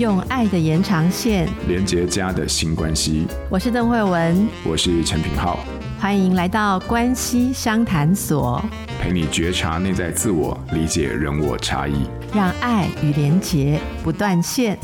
用爱的延长线连结家的新关系。 我是邓惠文， 我是陈品皓， 欢迎来到关系商谈所， 陪你觉察内在自我，理解人我差异， 让爱与连结不断线。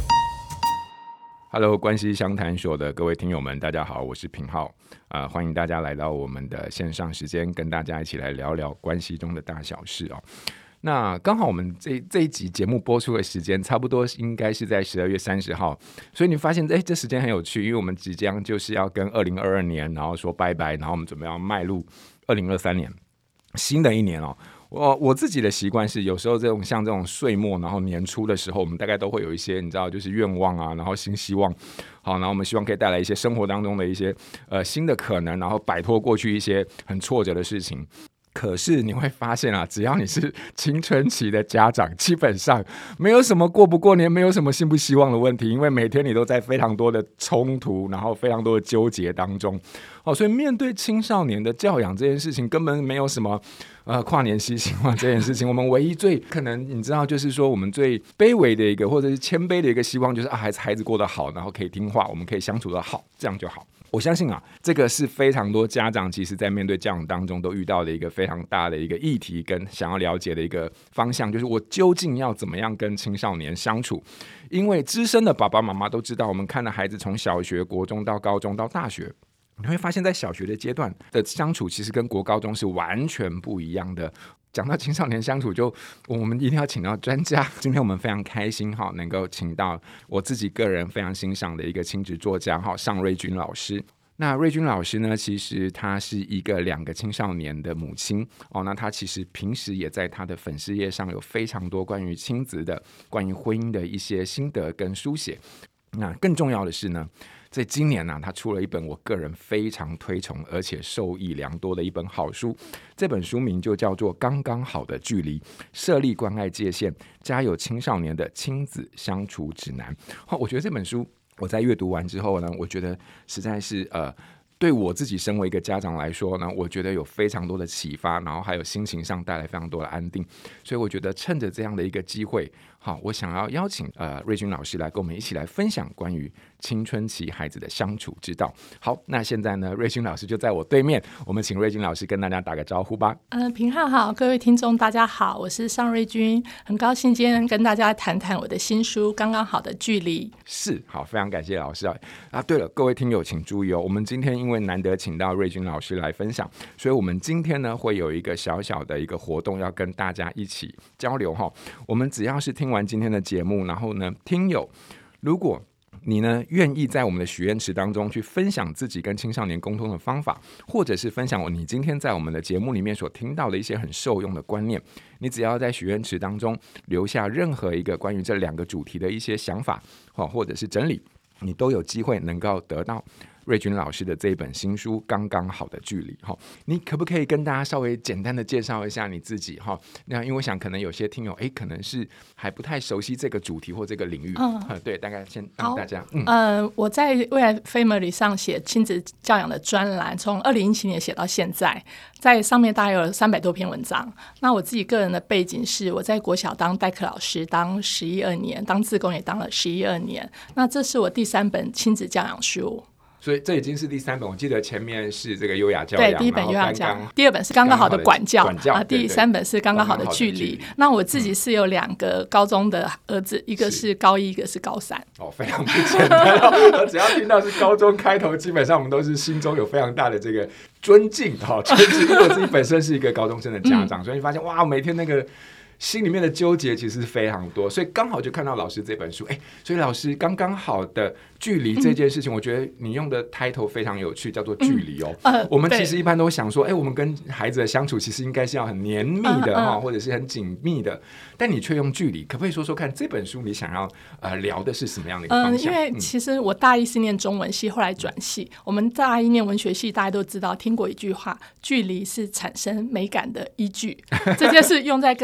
Hello， 关系商谈所的各位听友们，大家好，我是品皓，欢迎大家来到我们的线上时间，跟大家一起来聊聊关系中的大小事哦。那刚好我们这一集节目播出的时间差不多应该是在12月30号，所以你发现这时间很有趣，因为我们即将就是要跟2022年然后说拜拜，然后我们准备要迈入2023年新的一年哦。我自己的习惯是，有时候像这种岁末然后年初的时候，我们大概都会有一些你知道就是愿望啊，然后新希望，好，然后我们希望可以带来一些生活当中的一些新的可能，然后摆脱过去一些很挫折的事情。可是你会发现啊，只要你是青春期的家长，基本上没有什么过不过年，没有什么希不希望的问题，因为每天你都在非常多的冲突，然后非常多的纠结当中。所以面对青少年的教养这件事情，根本没有什么跨年希希望这件事情。我们唯一最可能你知道，就是说我们最卑微的一个，或者是谦卑的一个希望，就是孩子过得好，然后可以听话，我们可以相处得好，这样就好。我相信啊，这个是非常多家长其实在面对教养当中都遇到的一个非常大的一个议题，跟想要了解的一个方向，就是我究竟要怎么样跟青少年相处。因为资深的爸爸妈妈都知道，我们看了孩子从小学、国中到高中到大学，你会发现在小学的阶段的相处其实跟国高中是完全不一样的。讲到青少年相处，就我们一定要请到专家。今天我们非常开心能够请到我自己个人非常欣赏的一个亲子作家尚瑞君老师。那瑞君老师呢，其实她是一个2个青少年的母亲那她其实平时也在她的粉丝页上有非常多关于亲子的、关于婚姻的一些心得跟书写。那更重要的是呢，在今年他出了一本我个人非常推崇而且受益良多的一本好书，这本书名就叫做《刚刚好的距离：设立关爱界限，家有青少年的亲子相处指南》。我觉得这本书我在阅读完之后呢，我觉得实在是对我自己身为一个家长来说呢，我觉得有非常多的启发，然后还有心情上带来非常多的安定。所以我觉得趁着这样的一个机会，我想要邀请瑞君老师来跟我们一起来分享关于青春期孩子的相处之道。好，那现在呢，瑞君老师就在我对面，我们请瑞君老师跟大家打个招呼吧。 品皓好，各位听众大家好，我是尚瑞君，很高兴今天跟大家谈谈我的新书《刚刚好的距离》。 是，好，非常感谢老师对了，各位听友请注意我们今天因为难得请到瑞君老师来分享，所以我们今天呢会有一个小小的一个活动要跟大家一起交流我们只要是听完今天的节目，然后呢，听友如果你呢愿意在我们的许愿池当中去分享自己跟青少年沟通的方法，或者是分享你今天在我们的节目里面所听到的一些很受用的观念，你只要在许愿池当中留下任何一个关于这2个主题的一些想法或者是整理，你都有机会能够得到瑞君老师的这一本新书《刚刚好的距离》。你可不可以跟大家稍微简单的介绍一下你自己？那因为我想可能有些听友可能是还不太熟悉这个主题或这个领域。对，大概先让大家我在未来 Family 上写亲子教养的专栏，从2017年写到现在，在上面大概有300多篇文章。那我自己个人的背景是我在国小当代课老师，当11-12年，当志工也当了11-12年。那这是我第3本亲子教养书。 所以这已经是第3本，我记得前面是这个优雅教养， 对，第1本优雅教养，第2本是刚刚好的管教第3本是刚刚好的距离。那我自己是有2个高中的儿子，一个是高1，一个是高3。 非常不简单只要听到是高中开头，基本上我们都是心中有非常大的这个尊敬因为我自己本身是一个高中生的家长，所以你发现哇，每天那个心里面的纠结其实非常多，所以刚好就看到老师这本书，所以老师刚刚好的距离这件事情，我觉得你用的 title 非常有趣，叫做距离我们其实一般都想说，我们跟孩子的相处其实应该是要很黏密的或者是很紧密的，但你却用距离，可不可以说说看这本书你想要聊的是什么样的一个方向？ 因为其实我大一是念中文系，后来转系。我们大一念文学系，大家都知道听过一句话，距离是产生美感的依据。这件事用在跟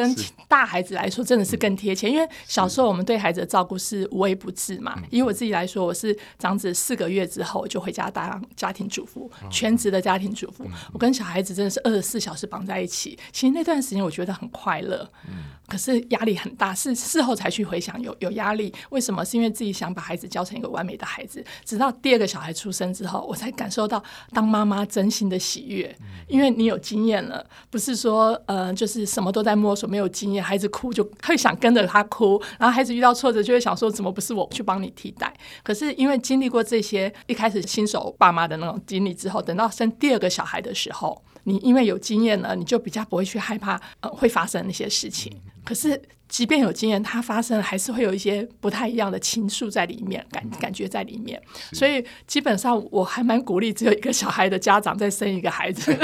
大孩子来说真的是更贴切，因为小时候我们对孩子的照顾是无微不至嘛。以我自己来说，我是长子4个月之后就回家当家庭主妇，全职的家庭主妇。我跟小孩子真的是24小时绑在一起。其实那段时间我觉得很快乐，可是压力很大，是事后才去回想有压力。为什么？是因为自己想把孩子教成一个完美的孩子。直到第2个小孩出生之后，我才感受到当妈妈真心的喜悦，因为你有经验了，不是说就是什么都在摸索，没有经验，孩子哭就会想跟着他哭，然后孩子遇到挫折就会想说怎么不是我去帮你替代。可是因为经历过这些一开始新手爸妈的那种经历之后，等到生第2个小孩的时候，你因为有经验了，你就比较不会去害怕会发生那些事情。可是即便有经验，它发生了还是会有一些不太一样的情愫在里面，感觉在里面。所以基本上我还蛮鼓励只有1个小孩的家长再生1个孩子。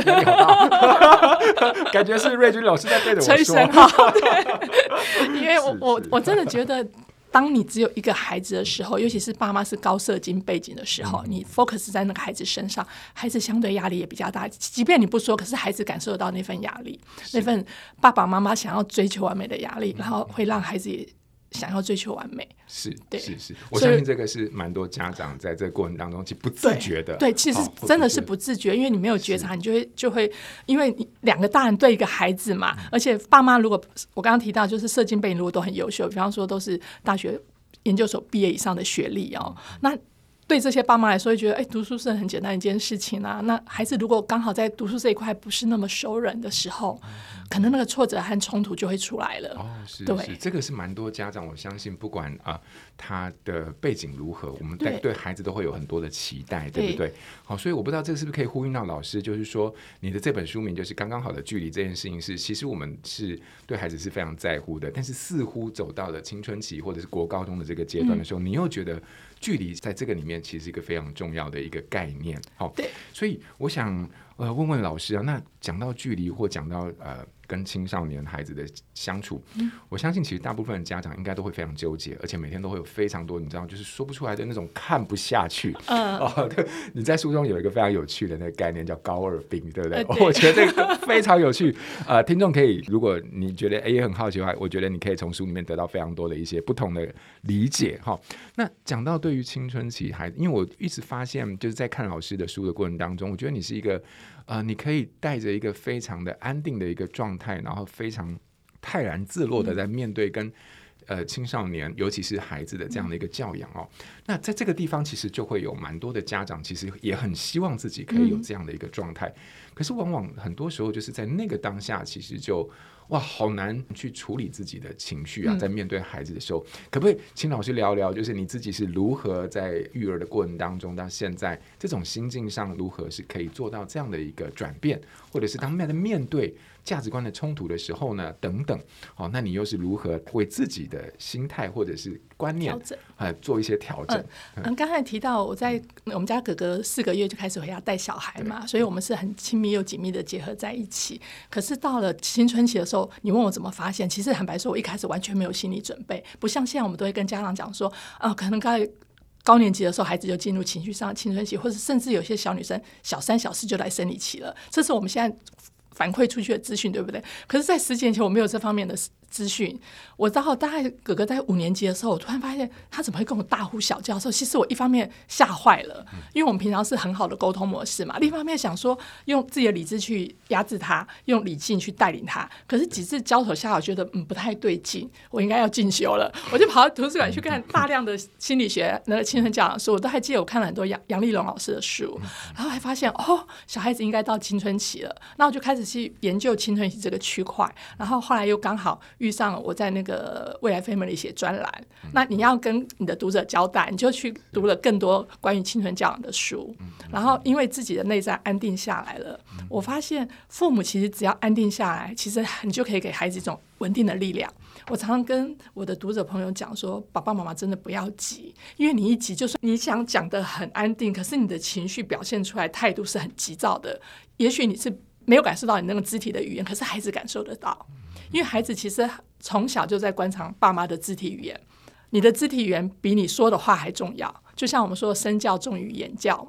感觉是瑞君老师在对着我说吹声号，对，因为我真的觉得当你只有1个孩子的时候，尤其是爸妈是高社经背景的时候，你 focus 在那个孩子身上，孩子相对压力也比较大。即便你不说，可是孩子感受到那份压力，那份爸爸妈妈想要追求完美的压力，然后会让孩子也想要追求完美。 是，我相信这个是蛮多家长在这个过程当中其实不自觉的。 对，其实真的是不自觉，因为你没有觉察，你就会因为你2个大人对1个孩子嘛，而且爸妈如果我刚刚提到就是社经背景如果都很优秀，比方说都是大学研究所毕业以上的学历那对这些爸妈来说会觉得读书是很简单一件事情啊。那孩子如果刚好在读书这一块不是那么熟稔的时候，可能那个挫折和冲突就会出来了。 是对， 这个是蛮多家长，我相信不管他的背景如何，我们对孩子都会有很多的期待，对不对？好，所以我不知道这个是不是可以呼应到老师，就是说你的这本书名就是刚刚好的距离这件事情是，其实我们是对孩子是非常在乎的，但是似乎走到了青春期或者是国高中的这个阶段的时候，你又觉得距离在这个里面其实是一个非常重要的一个概念。好，所以我想问问老师那讲到距离或讲到跟青少年孩子的相处，我相信其实大部分的家长应该都会非常纠结，而且每天都会有非常多你知道就是说不出来的那种看不下去。对，你在书中有一个非常有趣的那个概念叫高2病，对不对？我觉得这个非常有趣。听众可以，如果你觉得也很好奇的话，我觉得你可以从书里面得到非常多的一些不同的理解。那讲到对于青春期孩子，因为我一直发现就是在看老师的书的过程当中，我觉得你是一个你可以带着一个非常的安定的一个状态，然后非常泰然自若的在面对跟青少年尤其是孩子的这样的一个教养那在这个地方其实就会有蛮多的家长其实也很希望自己可以有这样的一个状态，可是往往很多时候就是在那个当下其实就好难去处理自己的情绪在面对孩子的时候，可不可以请老师聊聊就是你自己是如何在育儿的过程当中到现在这种心境上如何是可以做到这样的一个转变，或者是当面对价值观的冲突的时候呢等等那你又是如何为自己的心态或者是观念做一些调整？ 刚才提到我们家哥哥4个月就开始回家带小孩嘛，所以我们是很亲密又紧密的结合在一起。可是到了青春期的时候，你问我怎么发现，其实坦白说我一开始完全没有心理准备，不像现在我们都会跟家长讲说可能高年级的时候孩子就进入情绪上的青春期，或者甚至有些小女生小3小4就来生理期了，这是我们现在反馈出去的资讯，对不对？可是在10几年前我没有这方面的资讯，我到大概哥哥在5年级的时候，我突然发现他怎么会跟我大呼小叫的时候，其实我一方面吓坏了，因为我们平常是很好的沟通模式嘛，另一方面想说用自己的理智去压制他，用理性去带领他，可是几次交手下来我觉得不太对劲，我应该要进修了，我就跑到图书馆去看大量的心理学那个青春教养书，我都还记得我看了很多杨丽蓉老师的书，然后还发现小孩子应该到青春期了，那我就开始去研究青春期这个区块，然后后来又刚好遇上我在那个未来 Family 写专栏，那你要跟你的读者交代，你就去读了更多关于青春教养的书，然后因为自己的内在安定下来了，我发现父母其实只要安定下来，其实你就可以给孩子一种稳定的力量。我常常跟我的读者朋友讲说，爸爸妈妈真的不要急，因为你一急，就算你想讲得很安定，可是你的情绪表现出来态度是很急躁的，也许你是没有感受到你那个肢体的语言，可是孩子感受得到，因为孩子其实从小就在观察爸妈的肢体语言，你的肢体语言比你说的话还重要，就像我们说身教重于言教嘛，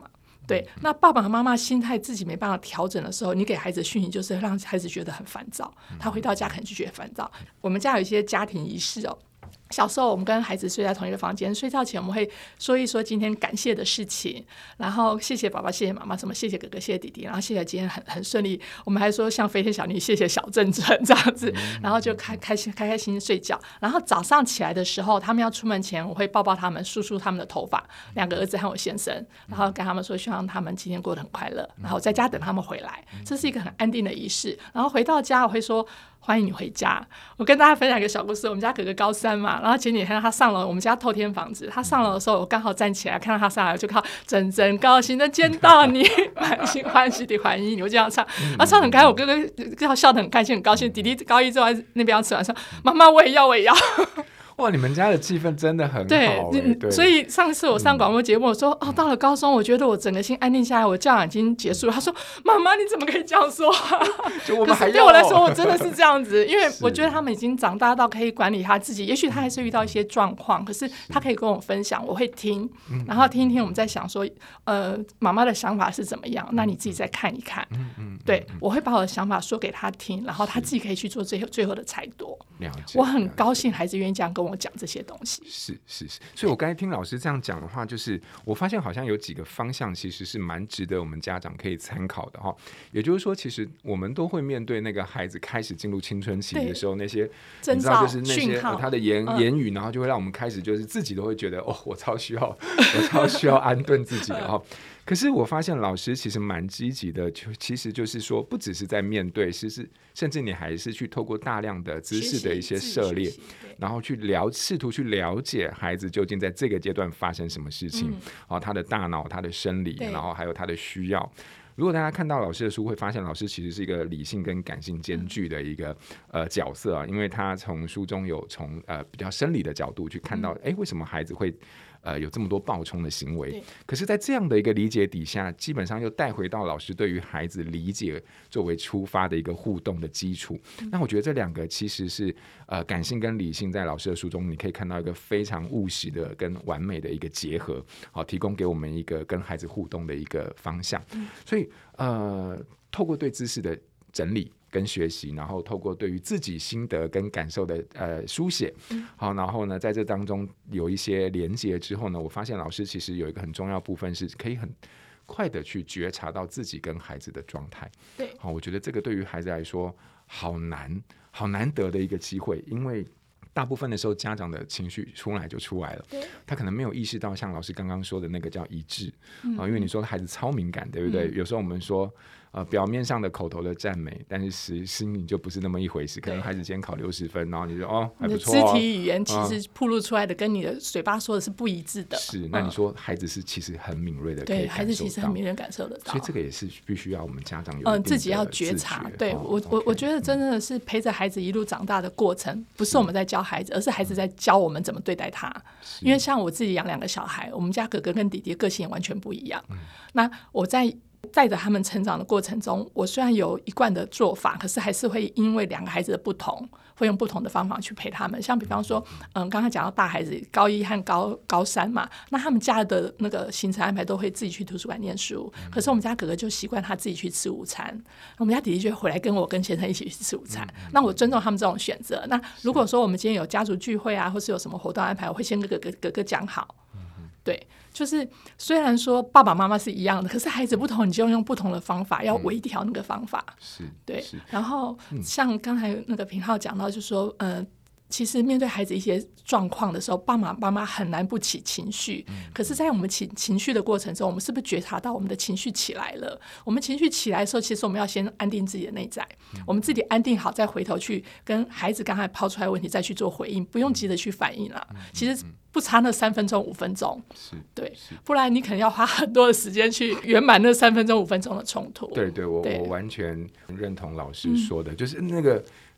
对，那爸爸妈妈心态自己没办法调整的时候，你给孩子的讯息就是让孩子觉得很烦躁，他回到家可能就觉得烦躁。我们家有一些家庭仪式哦，小时候我们跟孩子睡在同一个房间，睡觉前我们会说一说今天感谢的事情，然后谢谢爸爸谢谢妈妈，什么谢谢哥哥谢谢弟弟，然后谢谢今天很顺利，我们还说像飞天小女谢谢小正正这样子，然后就开心睡觉。然后早上起来的时候，他们要出门前我会抱抱他们，梳梳他们的头发，两个儿子和我先生，然后跟他们说希望他们今天过得很快乐，然后在家等他们回来，这是一个很安定的仪式。然后回到家我会说欢迎你回家。我跟大家分享一个小故事，我们家哥哥高3嘛，然后前几天他上楼，我们家透天房子，他上楼的时候我刚好站起来看到他上来，我就靠真真高兴的见到你，满心欢喜的欢迎你，我就这样唱，他唱很开心，我哥哥笑得很开心很高兴，弟弟高一之后那边要吃完说妈妈我也要哇，你们家的气氛真的很好。对， 所以上次我上广播节目，我说到了高中，我觉得我整个心安定下来，我教养已经结束了。他说：“妈妈，你怎么可以这样说？” 就我们还要， 对我来说，我真的是这样子，因为我觉得他们已经长大到可以管理他自己。也许他还是遇到一些状况，可是他可以跟我分享，我会听，然后听一听，我们在想说，妈妈的想法是怎么样？那你自己再看一看。对，我会把我的想法说给他听，然后他自己可以去做最后的裁夺。 了解， 我很高兴孩子愿意这样跟我讲这些东西。 是，所以我刚才听老师这样讲的话，就是我发现好像有几个方向其实是蛮值得我们家长可以参考的哈。也就是说，其实我们都会面对那个孩子开始进入青春期的时候，那些你知道就是那些他的言语，然后就会让我们开始就是自己都会觉得我超需要安顿自己的哈。可是我发现老师其实蛮积极的，其实就是说不只是在面对，甚至你还是去透过大量的知识的一些涉猎，然后试图去了解孩子究竟在这个阶段发生什么事情，他的大脑他的生理，然后还有他的需要。如果大家看到老师的书，会发现老师其实是一个理性跟感性兼具的一个角色啊，因为他从书中有从比较生理的角度去看到，为什么孩子会有这么多暴冲的行为，可是在这样的一个理解底下，基本上又带回到老师对于孩子理解作为出发的一个互动的基础。那我觉得这两个其实是感性跟理性在老师的书中你可以看到一个非常务实的跟完美的一个结合，提供给我们一个跟孩子互动的一个方向。所以透过对知识的整理跟学习，然后透过对于自己心得跟感受的书写，好，然后呢在这当中有一些连结之后呢，我发现老师其实有一个很重要部分是可以很快的去觉察到自己跟孩子的状态。 对， 好，我觉得这个对于孩子来说好难得的一个机会，因为大部分的时候家长的情绪出来就出来了，他可能没有意识到像老师刚刚说的那个叫一致，因为你说孩子超敏感，对不对？有时候我们说表面上的口头的赞美，但是心里就不是那么一回事。可能孩子今天考60分，然后你就还不错， 你的肢体语言其实暴露出来的跟你的嘴巴说的是不一致的。 是，那你说孩子是其实很敏锐的， 对，孩子其实很敏锐感受得到。 所以这个也是必须要我们家长有自己要觉察。对，我觉得真的是陪着孩子一路长大的过程，不是我们在教孩子，而是孩子在教我们怎么对待他。因为像我自己养2个小孩，我们家哥哥跟弟弟个性也完全不一样。那我在带着他们成长的过程中，我虽然有一贯的做法，可是还是会因为2个孩子的不同，会用不同的方法去陪他们。像比方说刚才讲到大孩子高1和高3嘛，那他们家的那个行程安排都会自己去图书馆念书，可是我们家哥哥就习惯他自己去吃午餐，我们家弟弟就会回来跟我跟先生一起去吃午餐。那我尊重他们这种选择。那如果说我们今天有家族聚会啊，或是有什么活动安排，我会先跟哥哥讲好。对，就是虽然说爸爸妈妈是一样的，可是孩子不同，你就用不同的方法，要微调那个方法。对。然后像刚才那个平浩讲到，就是说其实面对孩子一些状况的时候，爸爸妈妈很难不起情绪。可是在我们起情绪的过程中，我们是不是觉察到我们的情绪起来了？我们情绪起来的时候，其实我们要先安定自己的内在，我们自己安定好，再回头去跟孩子刚才抛出来的问题再去做回应，不用急着去反应了。其实不差那3分钟5分钟，对，不然你可能要花很多的时间去圆满那3分钟5分钟的冲突。 对，我完全认同老师说的，就是那个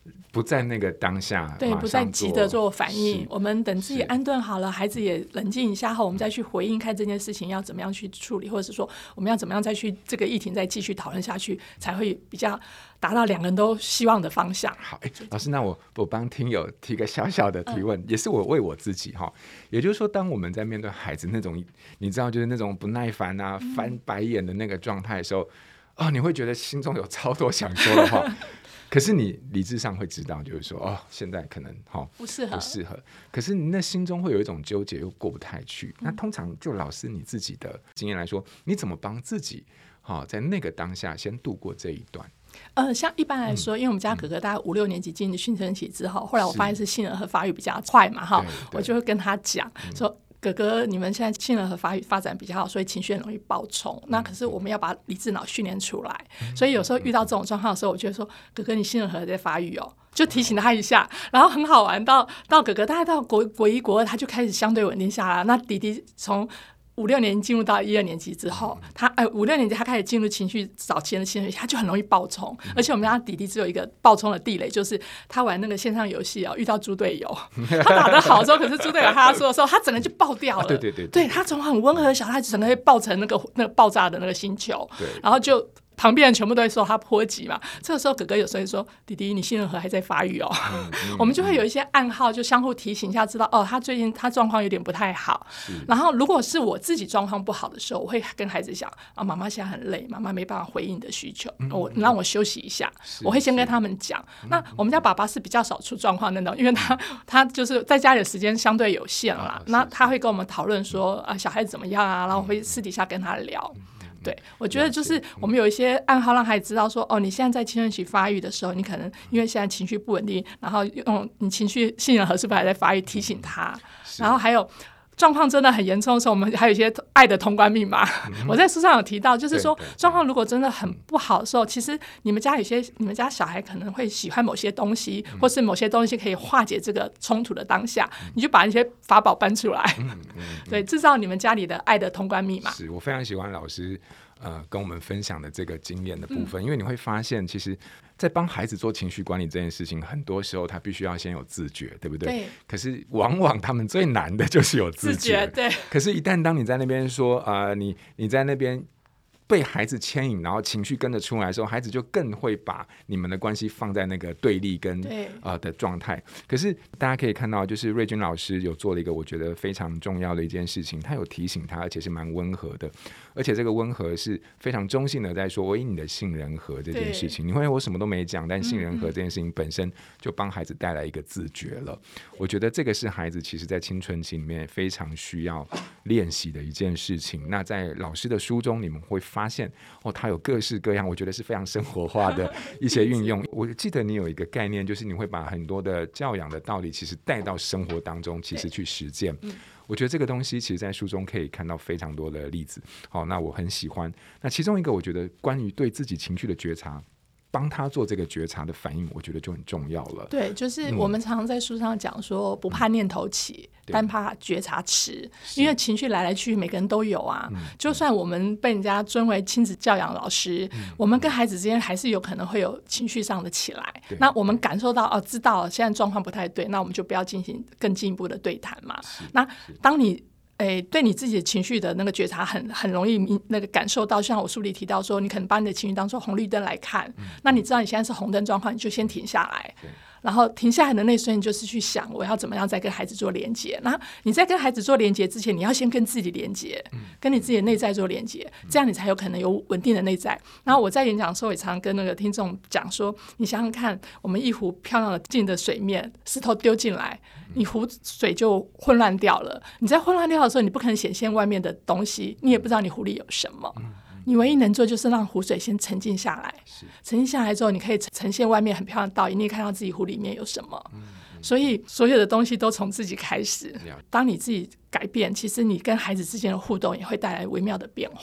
不在那个当下， 对，不再急着做反应，我们等自己安顿好了，孩子也冷静一下后，我们再去回应看这件事情要怎么样去处理，或者是说我们要怎么样再去这个议题再继续讨论下去，才会比较达到两个人都希望的方向。 好，老师，那我帮听友提个小小的提问，也是我为我自己哈，也就是说，当我们在面对孩子那种你知道就是那种不耐烦啊、翻白眼的那个状态的时候，你会觉得心中有超多想说的话。可是你理智上会知道，就是说，现在可能不适合。可是你那心中会有一种纠结，又过不太去。那通常就老师你自己的经验来说，你怎么帮自己在那个当下先度过这一段？ 像一般来说，因为我们家哥哥大概5、6年级进入青春期之后，后来我发现是杏仁核发育比较快嘛，我就会跟他讲说。哥哥，你们现在杏仁核发展比较好，所以情绪很容易爆冲。那可是我们要把理智脑训练出来，所以有时候遇到这种状况的时候，我就会说：“哥哥，你杏仁核在发育哦。”就提醒他一下，然后很好玩。到哥哥大概到国1、国2，他就开始相对稳定下来。那弟弟从5、6年级进入到1、2年级之后，他5、6年级他开始进入情绪早期的情绪，他就很容易爆冲。而且我们家弟弟只有一个爆冲的地雷，就是他玩那个线上游戏遇到猪队友，他打得好的时候，可是猪队友他说的时候，他整个就爆掉了。对，他从很温和的小孩子，整个会爆成那个爆炸的那个星球，然后就。旁边人全部都会说他波及嘛，这个时候哥哥有时候说：“弟弟，你杏仁核还在发育哦。”我们就会有一些暗号，就相互提醒一下，知道他最近他状况有点不太好。然后如果是我自己状况不好的时候，我会跟孩子讲妈妈现在很累，妈妈没办法回应你的需求，让我休息一下。我会先跟他们讲。那我们家爸爸是比较少出状况那种，因为他就是在家里的时间相对有限啦。那他会跟我们讨论说小孩子怎么样啊，然后我会私底下跟他聊。对，我觉得就是我们有一些暗号让孩子知道说，你现在在青春期发育的时候，你可能因为现在情绪不稳定，然后用你情绪杏仁核是不是还在发育，提醒他。然后还有状况真的很严重的时候，我们还有一些爱的通关密码。我在书上有提到，就是说状况如果真的很不好的时候，其实你们家小孩可能会喜欢某些东西，或是某些东西可以化解这个冲突的当下，你就把那些法宝搬出来，对，制造你们家里的爱的通关密码。 是我非常喜欢老师跟我们分享的这个经验的部分，因为你会发现，其实，在帮孩子做情绪管理这件事情，很多时候他必须要先有自觉，对不对？ 对。 可是往往他们最难的就是有自觉， 对。 可是，一旦当你在那边说你在那边被孩子牵引，然后情绪跟着出来的时候，孩子就更会把你们的关系放在那个对立跟的状态。可是大家可以看到，就是瑞君老师有做了一个我觉得非常重要的一件事情，他有提醒他，而且是蛮温和的，而且这个温和是非常中性的，在说我以你的杏仁核这件事情，你会我什么都没讲，但杏仁核这件事情本身就帮孩子带来一个自觉了。我觉得这个是孩子其实在青春期里面非常需要练习的一件事情。那在老师的书中，你们会发现他有各式各样，我觉得是非常生活化的一些运用。我记得你有一个概念，就是你会把很多的教养的道理，其实带到生活当中，其实去实践。我觉得这个东西其实在书中可以看到非常多的例子。那我很喜欢。那其中一个我觉得关于对自己情绪的觉察，帮他做这个觉察的反应，我觉得就很重要了。 对，就是我们常常在书上讲说，不怕念头起，但怕觉察迟。因为情绪来来去去，每个人都有啊。就算我们被人家尊为亲子教养老师，我们跟孩子之间还是有可能会有情绪上的起来。那我们感受到知道现在状况不太对，那我们就不要进行更进一步的对谈嘛。那当你对你自己的情绪的那个觉察很容易那个感受到，像我书里提到说，你可能把你的情绪当作红绿灯来看，那你知道你现在是红灯状况，你就先停下来。然后停下来的那瞬间就是去想我要怎么样再跟孩子做连结。然后你在跟孩子做连结之前，你要先跟自己连结，跟你自己的内在做连结，这样你才有可能有稳定的内在。然后我在演讲的时候也常跟那个听众讲说，你想想看，我们一壶漂亮的净的水面，石头丢进来，你壶水就混乱掉了。你在混乱掉的时候，你不可能显现外面的东西，你也不知道你壶里有什么。你唯一能做就是让湖水先沉静下来，沉静下来之后，你可以呈现外面很漂亮的倒影，你也看到自己湖里面有什么。所以所有的东西都从自己开始。当你自己改变，其实你跟孩子之间的互动也会带来微妙的变化。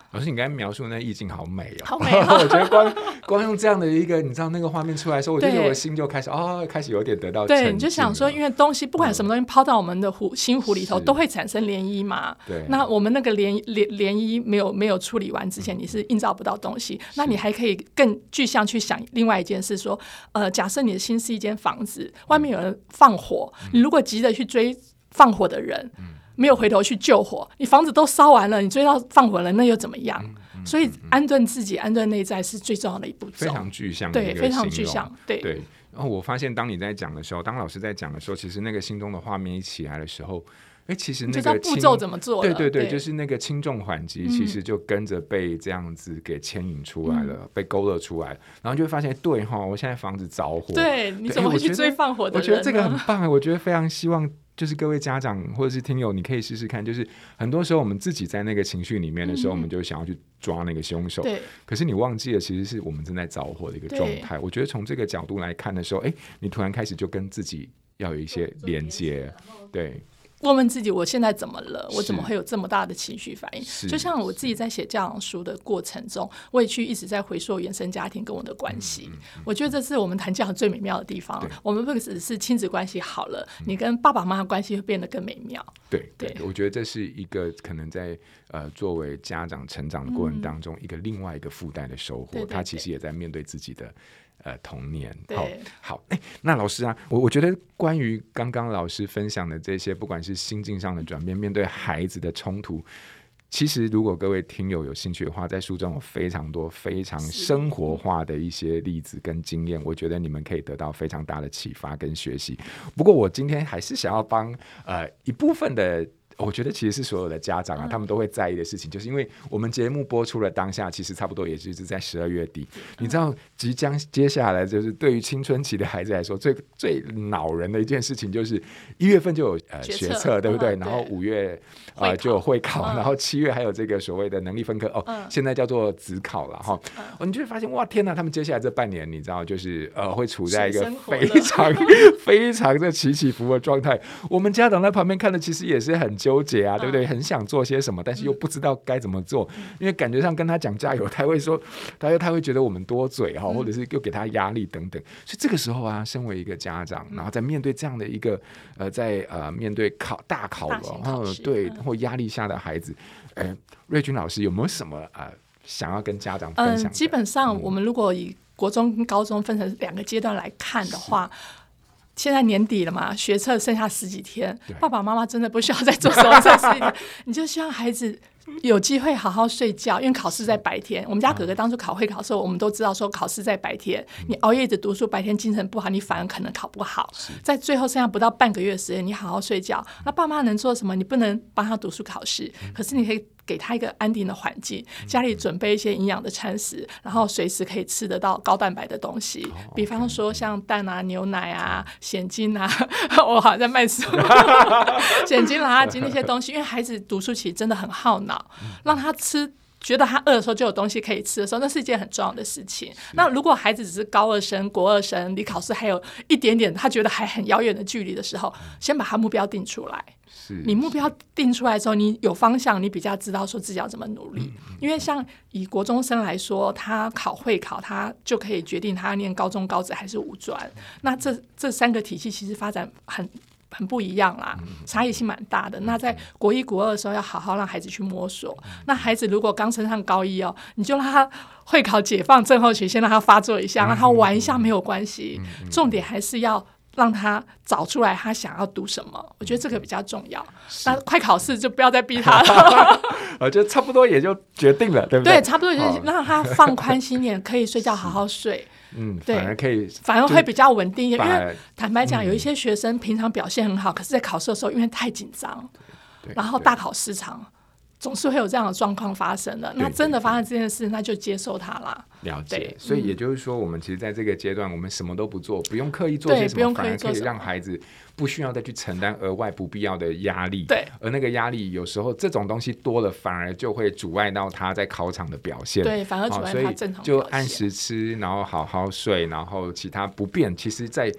老师，你刚才描述的那意境好美哦， 好美哦我觉得光用这样的一个，你知道那个画面出来的时候，我觉得我的心就开始有点得到沉浸了。 对，你就想说，因为东西不管什么东西抛到我们的心湖里头，都会产生涟漪嘛。对，那我们那个涟漪没有处理完之前，你是映照不到东西。那你还可以更具象去想另外一件事，说，假设你的心是一间房子，外面有人放火，你如果急着去追放火的人，没有回头去救火，你房子都烧完了，你追到放火了，那又怎么样？所以安顿自己、安顿内在是最重要的一步骤， 非常具象的一个形容， 对，非常具象，对。 然后我发现，当你在讲的时候，当老师在讲的时候，其实那个心中的画面一起来的时候，其实那个步骤怎么做了？ 对，就是那个轻重缓急，其实就跟着被这样子给牵引出来了，被勾勒出来，然后就会发现，对哈，我现在房子着火， 对，你怎么会去追放火的人呢？ 我觉得这个很棒，我觉得非常希望。就是各位家长或者是听友，你可以试试看。就是很多时候我们自己在那个情绪里面的时候，我们就想要去抓那个凶手。对。可是你忘记了，其实是我们正在着火的一个状态。我觉得从这个角度来看的时候，你突然开始就跟自己要有一些连接。对。 问问自己，我现在怎么了？我怎么会有这么大的情绪反应？就像我自己在写教养书的过程中，我也一直在回溯原生家庭跟我的关系。我觉得这是我们谈教养最美妙的地方。我们不只是亲子关系好了，你跟爸爸妈妈关系会变得更美妙。对， 我觉得这是一个可能在作为家长成长的过程当中，一个另外一个附带的收获。他其实也在面对自己的童年。好，那老师啊，我觉得关于刚刚老师分享的这些，不管是心境上的转变，面对孩子的冲突，其实如果各位听友有兴趣的话，在书中有非常多非常生活化的一些例子跟经验，我觉得你们可以得到非常大的启发跟学习。不过我今天还是想要帮一部分的，我觉得其实是所有的家长啊，他们都会在意的事情，就是因为我们节目播出了当下，其实差不多也就是在12月底。你知道，即将接下来就是对于青春期的孩子来说，最恼人的一件事情就是1月份就有学测，对不对？然后5月就有会考，然后7月还有这个所谓的能力分科现在叫做指考了哈。你就会发现，哇，天哪！他们接下来这半年，你知道，就是会处在一个非常非常的起起伏的状态。我们家长在旁边看的，其实也是很纠结啊，对不对？很想做些什么，但是又不知道该怎么做，因为感觉上跟他讲加油，他会说，他会觉得我们多嘴哈，或者是又给他压力等等。所以这个时候啊，身为一个家长，然后在面对这样的一个在面对大考了，对，或压力下的孩子，瑞君老师有没有什么想要跟家长分享的？ 基本上我们如果以国中跟高中分成2个阶段来看的话，现在年底了嘛，学测剩下10几天，爸爸妈妈真的不需要再做什么测试，你就希望孩子有机会好好睡觉，因为考试在白天。我们家哥哥当初考会考的时候，我们都知道说考试在白天，你熬夜一直读书，白天精神不好，你反而可能考不好。在最后剩下不到半个月的时间，你好好睡觉。那爸妈能做什么？你不能帮他读书考试，可是你可以给他一个安定的环境，家里准备一些营养的餐食，然后随时可以吃得到高蛋白的东西，比方说像蛋啊、牛奶啊、鲜精啊，我好像在卖书，鲜精、拉筋那些东西，因为孩子读书其实真的很耗脑，让他吃。觉得他饿的时候就有东西可以吃的时候，那是一件很重要的事情。那如果孩子只是高2生、国2生，离考试还有一点点，他觉得还很遥远的距离的时候，先把他目标定出来。你目标定出来之后，你有方向，你比较知道说自己要怎么努力。因为像以国中生来说，他考会考，他就可以决定他念高中、高职还是五专。那这3个体系其实发展很不一样啦，差异性蛮大的。那在国1、国2的时候，要好好让孩子去摸索。那孩子如果刚升上高1你就让他会考解放症候群，先让他发作一下，让他玩一下没有关系。重点还是要让他找出来他想要读什么，我觉得这个比较重要。那快考试就不要再逼他了， 我觉得差不多也就决定了，对不对？ 对，差不多就是让他放宽心点，可以睡觉好好睡。 对， 反而会比较稳定一点。因为坦白讲，有一些学生平常表现很好，可是在考试的时候因为太紧张，然后大考失常，总是会有这样的状况发生的。那真的发生这件事，那就接受它啦。 了解。所以也就是说，我们其实在这个阶段，我们什么都不做，不用刻意做些什么，反而可以让孩子不需要再去承担额外不必要的压力。对，而那个压力有时候这种东西多了，反而就会阻碍到他在考场的表现。 对，反而阻碍他正常表现。 就按时吃，然后好好睡，然后其他不变。其实在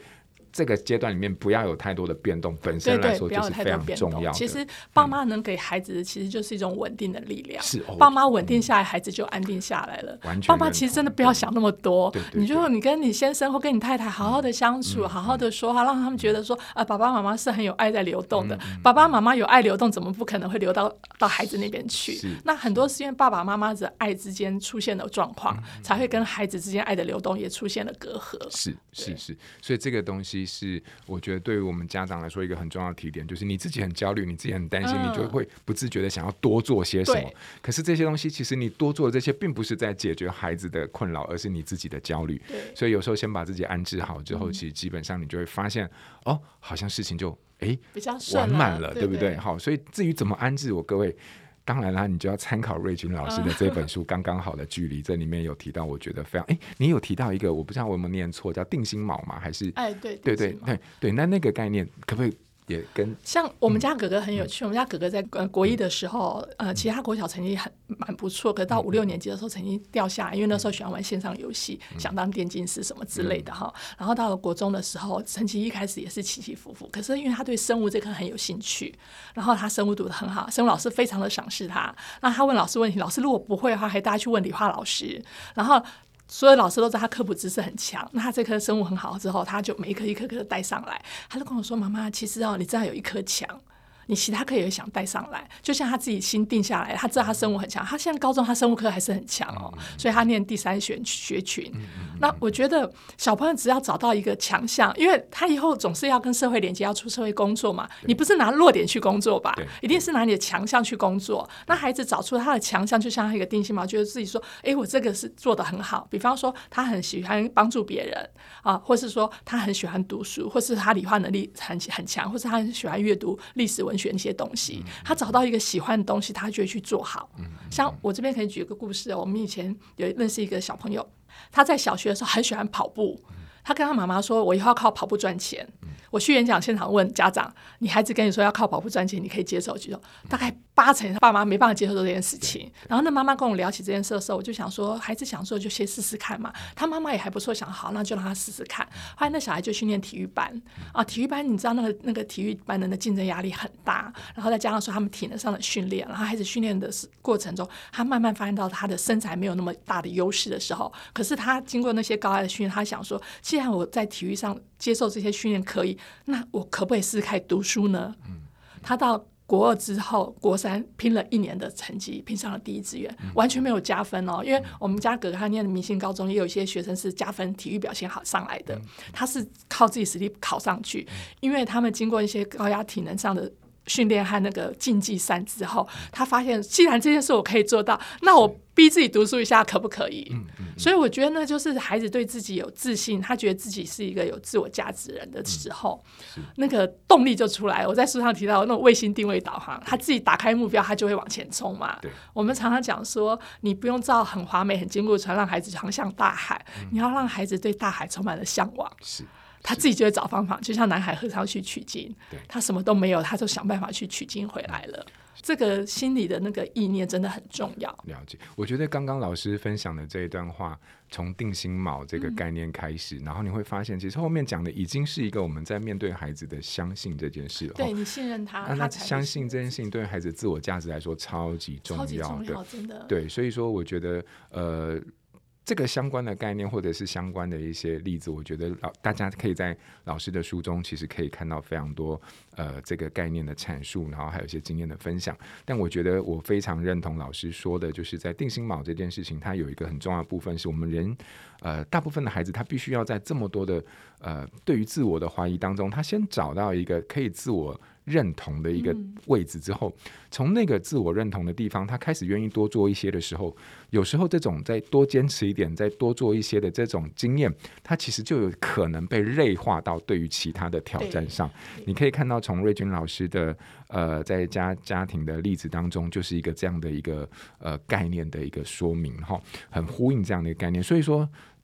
这个阶段里面不要有太多的变动，本身来说就是非常重要的。 其实爸妈能给孩子的其实就是一种稳定的力量， 是爸妈稳定下来，孩子就安定下来了。爸妈其实真的不要想那么多，你跟你先生或跟你太太好好的相处，好好的说话，让他们觉得说爸爸妈妈是很有爱在流动的。爸爸妈妈有爱流动，怎么不可能会流到孩子那边去？那很多是因为爸爸妈妈的爱之间出现了状况，才会跟孩子之间爱的流动也出现了隔阂。 是，所以这个东西是我觉得对于我们家长来说一个很重要的提点，就是你自己很焦虑，你自己很担心，你就会不自觉的想要多做些什么。可是这些东西其实你多做的这些并不是在解决孩子的困扰，而是你自己的焦虑。所以有时候先把自己安置好之后，其实基本上你就会发现好像事情就比较完满了，对不对？好，所以至于怎么安置各位当然啦，你就要参考瑞君老师的这本书《刚刚好的距离》，这里面有提到，我觉得非常你有提到一个，我不知道我有没有念错，叫定心锚吗？还是对，那个概念可不可以也跟像我们家哥哥很有趣，我们家哥哥在国一的时候，其实他国小成绩蛮不错，可是到5、6年级的时候成绩掉下来，因为那时候喜欢玩线上游戏，想当电竞师什么之类的哈。然后到了国中的时候，成绩一开始也是起起伏伏，可是因为他对生物这科很有兴趣，然后他生物读得很好，生物老师非常的赏识他。那他问老师问题，老师如果不会的话，还带他去问理化老师，然后所有老师都知道他科普知识很强，那他这科生物很好之后，他就每一科一科科带上来。他就跟我说：“妈妈，其实你知道有一科强，你其他科也想带上来。”就像他自己心定下来，他知道他生物很强，他现在高中他生物科还是很强所以他念第3学群。那我觉得小朋友只要找到一个强项，因为他以后总是要跟社会连接，要出社会工作嘛，你不是拿弱点去工作吧，一定是拿你的强项去工作。那孩子找出他的强项，就像他一个定心锚，觉得自己说我这个是做得很好，比方说他很喜欢帮助别人或是说他很喜欢读书，或是他理化能力很强，或是他很喜欢阅读历史文学那些东西，他找到一个喜欢的东西，他就会去做好。像我这边可以举一个故事，我们以前有认识一个小朋友，他在小学的时候很喜欢跑步，他跟他妈妈说：“我以后要靠跑步赚钱。”我去演讲现场问家长：“你孩子跟你说要靠跑步赚钱，你可以接受？”举手，大概80%他爸妈没办法接受这件事情。然后那妈妈跟我聊起这件事的时候，我就想说，孩子想做就先试试看嘛。他妈妈也还不错，想好那就让他试试看。后来那小孩就去念体育班体育班你知道那个体育班的竞争压力很大，然后再加上说他们体能上的训练，然后孩子训练的过程中，他慢慢发现到他的身材没有那么大的优势的时候，可是他经过那些高压的训练，他想说，既然我在体育上接受这些训练可以，那我可不可以试试看读书呢？他到国2之后，国3拼了1年的成绩，拼上了第1志愿，完全没有加分因为我们家哥哥他念的明星高中，也有一些学生是加分体育表现好上来的，他是靠自己实力考上去，因为他们经过一些高压体能上的训练和那个竞技赛之后，他发现既然这件事我可以做到，那我逼自己读书一下可不可以？所以我觉得那就是孩子对自己有自信，他觉得自己是一个有自我价值人的时候，那个动力就出来了。我在书上提到那种卫星定位导航，他自己打开目标，他就会往前冲嘛。我们常常讲说，你不用造很华美很坚固的船让孩子航向大海，你要让孩子对大海充满了向往。他自己就会找方法，就像南海和尚去取经，他什么都没有，他就想办法去取经回来了。这个心理的那个意念真的很重要。 了解，我觉得刚刚老师分享的这一段话，从定心锚这个概念开始，然后你会发现，其实后面讲的已经是一个我们在面对孩子的相信这件事了。 对，你信任他， 那相信这件事情对孩子自我价值来说超级重要的， 真的。 对，所以说我觉得这个相关的概念或者是相关的一些例子，我觉得大家可以在老师的书中其实可以看到非常多这个概念的阐述，然后还有一些经验的分享。但我觉得我非常认同老师说的，就是在定心锚这件事情，它有一个很重要的部分是我们人大部分的孩子他必须要在这么多的对于自我的怀疑当中，他先找到一个可以自我认同的一个位置之后，从那个自我认同的地方，他开始愿意多做一些的时候，有时候这种再多坚持一点，再多做一些的这种经验，他其实就有可能被内化到对于其他的挑战上。你可以看到从瑞君老师的在家庭的例子当中，就是一个这样的一个概念的一个说明，很呼应这样的一个概念。所以说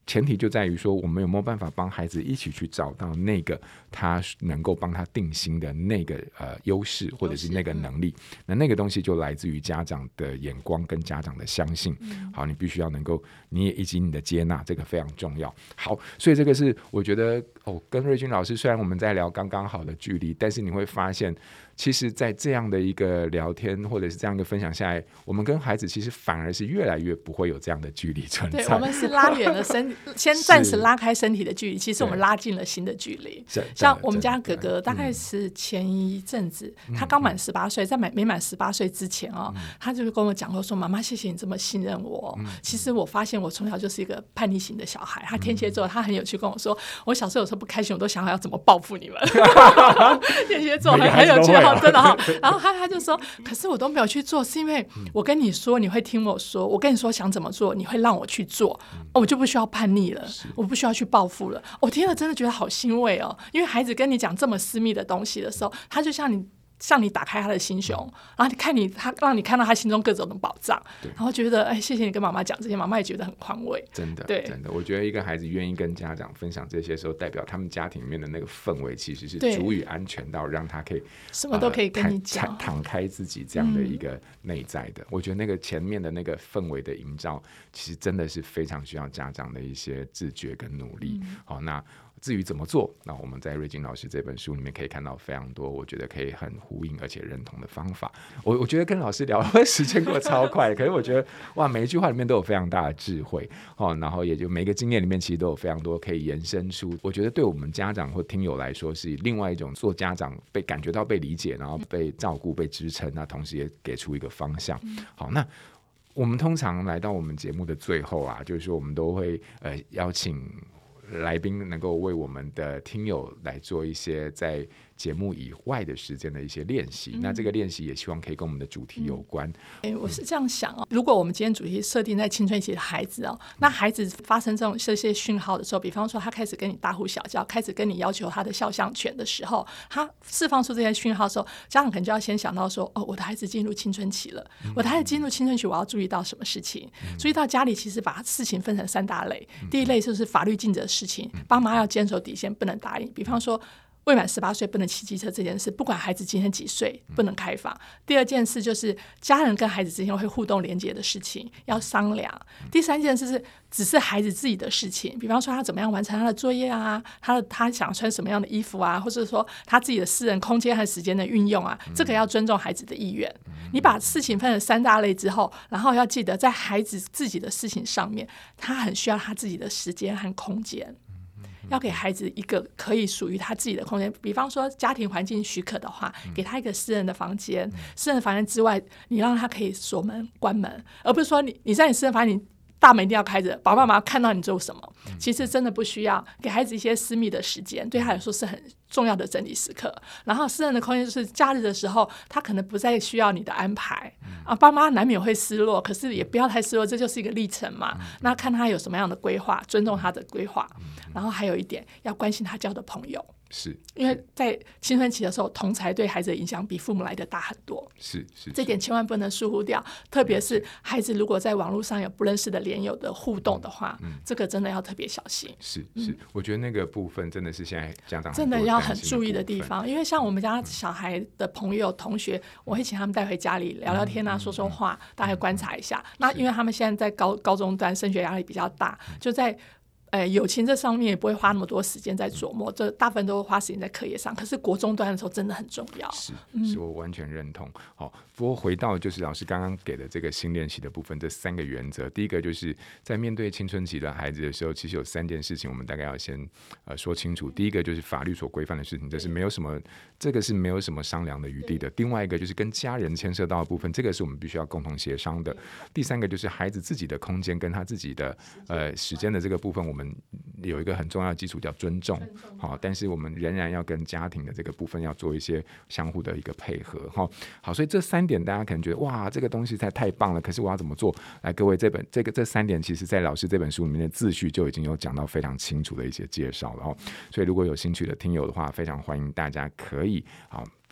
前提就在于说，我们有没有办法帮孩子一起去找到那个他能够帮他定心的那个优势，或者是那个能力。那个东西就来自于家长的眼光跟家长的相信。好，你必须要能够，你也以及你的接纳，这个非常重要。好，所以这个是我觉得跟瑞君老师虽然我们在聊刚刚好的距离，但是你会发现，其实在这样的一个聊天或者是这样一个分享下来，我们跟孩子其实反而是越来越不会有这样的距离存在。 对，我们是拉远了先暂时拉开身体的距离，其实我们拉近了心的距离。像我们家哥哥大概是前一阵子，他刚满18岁，在没满18岁之前他就跟我讲过说，妈妈谢谢你这么信任我。其实我发现我从小就是一个叛逆型的小孩，他天蝎座，他很有趣跟我说，我小时候有时候不开心，我都想要怎么报复你们。天蝎座很有趣真的然后他就说，可是我都没有去做，是因为我跟你说你会听我说，我跟你说想怎么做你会让我去做，我就不需要叛逆了，我不需要去报复了。我听了真的觉得好欣慰因为孩子跟你讲这么私密的东西的时候，他就像你打开他的心胸，然后他让你看到他心中各种的宝藏，然后觉得谢谢你跟妈妈讲这些，妈妈也觉得很宽慰。 真的， 对， 真的，我觉得一个孩子愿意跟家长分享这些时候，代表他们家庭里面的那个氛围其实是足以安全到让他可以什么都可以跟你讲， 敞开自己这样的一个内在的。我觉得那个前面的那个氛围的营造，其实真的是非常需要家长的一些自觉跟努力。好，那至于怎么做，那我们在瑞金老师这本书里面可以看到非常多我觉得可以很呼应而且认同的方法。我觉得跟老师聊时间过得超快可是我觉得哇，每一句话里面都有非常大的智慧然后也就每个经验里面其实都有非常多可以延伸出，我觉得对我们家长或听友来说是另外一种做家长感觉到被理解，然后被照顾被支撑，那同时也给出一个方向。好，那我们通常来到我们节目的最后就是说我们都会邀请来宾能够为我们的听友来做一些在节目以外的时间的一些练习，那这个练习也希望可以跟我们的主题有关。 我是这样想如果我们今天主题设定在青春期的孩子那孩子发生这些讯号的时候，比方说他开始跟你大呼小叫，开始跟你要求他的肖像权的时候，他释放出这些讯号的时候，家长可能就要先想到说我的孩子进入青春期了，我的孩子进入青春期，我要注意到什么事情？注意到家里其实把事情分成3大类，第一类就是法律禁止的事情，爸妈要坚守底线，不能答应，比方说未满18岁不能骑机车这件事，不管孩子今天几岁不能开放。第二件事就是家人跟孩子之间会互动连结的事情要商量。第三件事是只是孩子自己的事情，比方说他怎么样完成他的作业他想穿什么样的衣服或者说他自己的私人空间和时间的运用这个要尊重孩子的意愿。你把事情分成3大类之后，然后要记得在孩子自己的事情上面，他很需要他自己的时间和空间，要给孩子一个可以属于他自己的空间，比方说家庭环境许可的话，给他一个私人的房间，私人的房间之外，你让他可以锁门关门，而不是说你在你私人房间你大门一定要开着，爸爸妈妈看到你做什么。其实真的不需要，给孩子一些私密的时间，对他来说是很重要的整理时刻。然后私人的空间就是假日的时候，他可能不再需要你的安排爸妈难免会失落，可是也不要太失落，这就是一个历程嘛。那看他有什么样的规划，尊重他的规划。然后还有一点，要关心他交的朋友， 是因为在青春期的时候，同侪对孩子的影响比父母来的大很多。 是这点千万不能疏忽掉，特别是孩子如果在网络上有不认识的连友的互动的话，这个真的要特别小心。 是我觉得那个部分真的是现在家长真的要很注意的地方，因为像我们家小孩的朋友同学，我会请他们带回家里聊聊天说说话，大概观察一下。那因为他们现在在高中端升学压力比较大，就在友情这上面也不会花那么多时间在琢磨，这大部分都会花时间在课业上，可是国中端的时候真的很重要。 是我完全认同。好，不过回到就是老师刚刚给的这个新练习的部分，这3个原则，第一个就是在面对青春期的孩子的时候，其实有3件事情我们大概要先说清楚。第一个就是法律所规范的事情，这个是没有什么商量的余地的。另外一个就是跟家人牵涉到的部分，这个是我们必须要共同协商的。第3个就是孩子自己的空间跟他自己的时间的这个部分，我们有一个很重要的基础叫尊重。好，但是我们仍然要跟家庭的这个部分要做一些相互的一个配合。好，所以这3点大家可能觉得哇，这个东西太棒了，可是我要怎么做？来，各位这3点，其实在老师这本书里面的自序就已经有讲到非常清楚的一些介绍了。所以如果有兴趣的听友的话，非常欢迎大家可以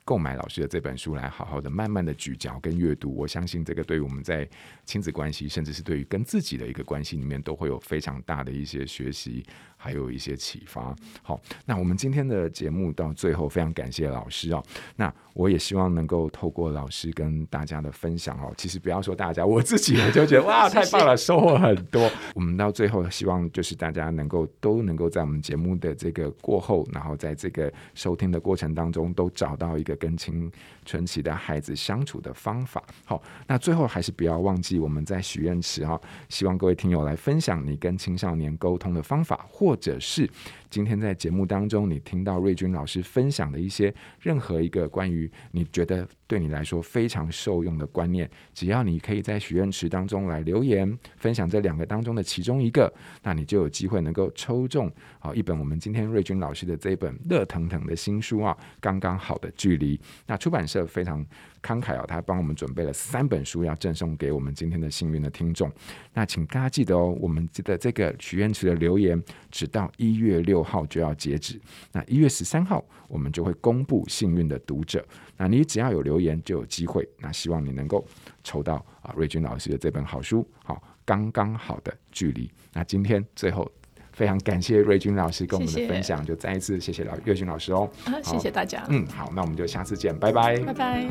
购买老师的这本书来好好的慢慢的咀嚼跟阅读，我相信这个对于我们在亲子关系甚至是对于跟自己的一个关系里面都会有非常大的一些学习还有一些启发。好，那我们今天的节目到最后非常感谢老师哦，那我也希望能够透过老师跟大家的分享哦，其实不要说大家，我自己我就觉得哇太棒了，收获很多。我们到最后希望就是大家都能够在我们节目的这个过后，然后在这个收听的过程当中都找到一个跟青春期的孩子相处的方法。好，那最后还是不要忘记我们在许愿池希望各位听友来分享你跟青少年沟通的方法，或者是今天在节目当中你听到瑞君老师分享的一些任何一个关于你觉得对你来说非常受用的观念，只要你可以在许愿池当中来留言分享这2个当中的其中一个，那你就有机会能够抽中一本我们今天瑞君老师的这一本热腾腾的新书刚刚好的距离。那出版社非常慷慨他帮我们准备了3本书要赠送给我们今天的幸运的听众。那请大家记得我们的这个许愿池的留言直到1月6号就要截止，那1月13号我们就会公布幸运的读者，那你只要有留言就有机会，那希望你能够抽到瑞君老师的这本好书刚刚好的距离。那今天最后非常感谢瑞君老师跟我们的分享，就再一次谢谢瑞君老师谢谢大家。 好，那我们就下次见，拜拜， 拜拜。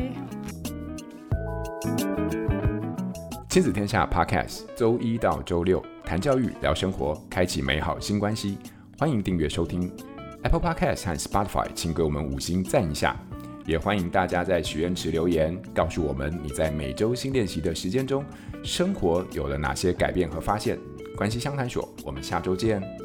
亲子天下 Podcast 周1到周6谈教育聊生活，开启美好新关系，欢迎订阅收听 Apple Podcast 和 Spotify， 请给我们5星赞一下，也欢迎大家在许愿池留言告诉我们你在每周新练习的时间中生活有了哪些改变和发现。关系相谈所，我们下周见。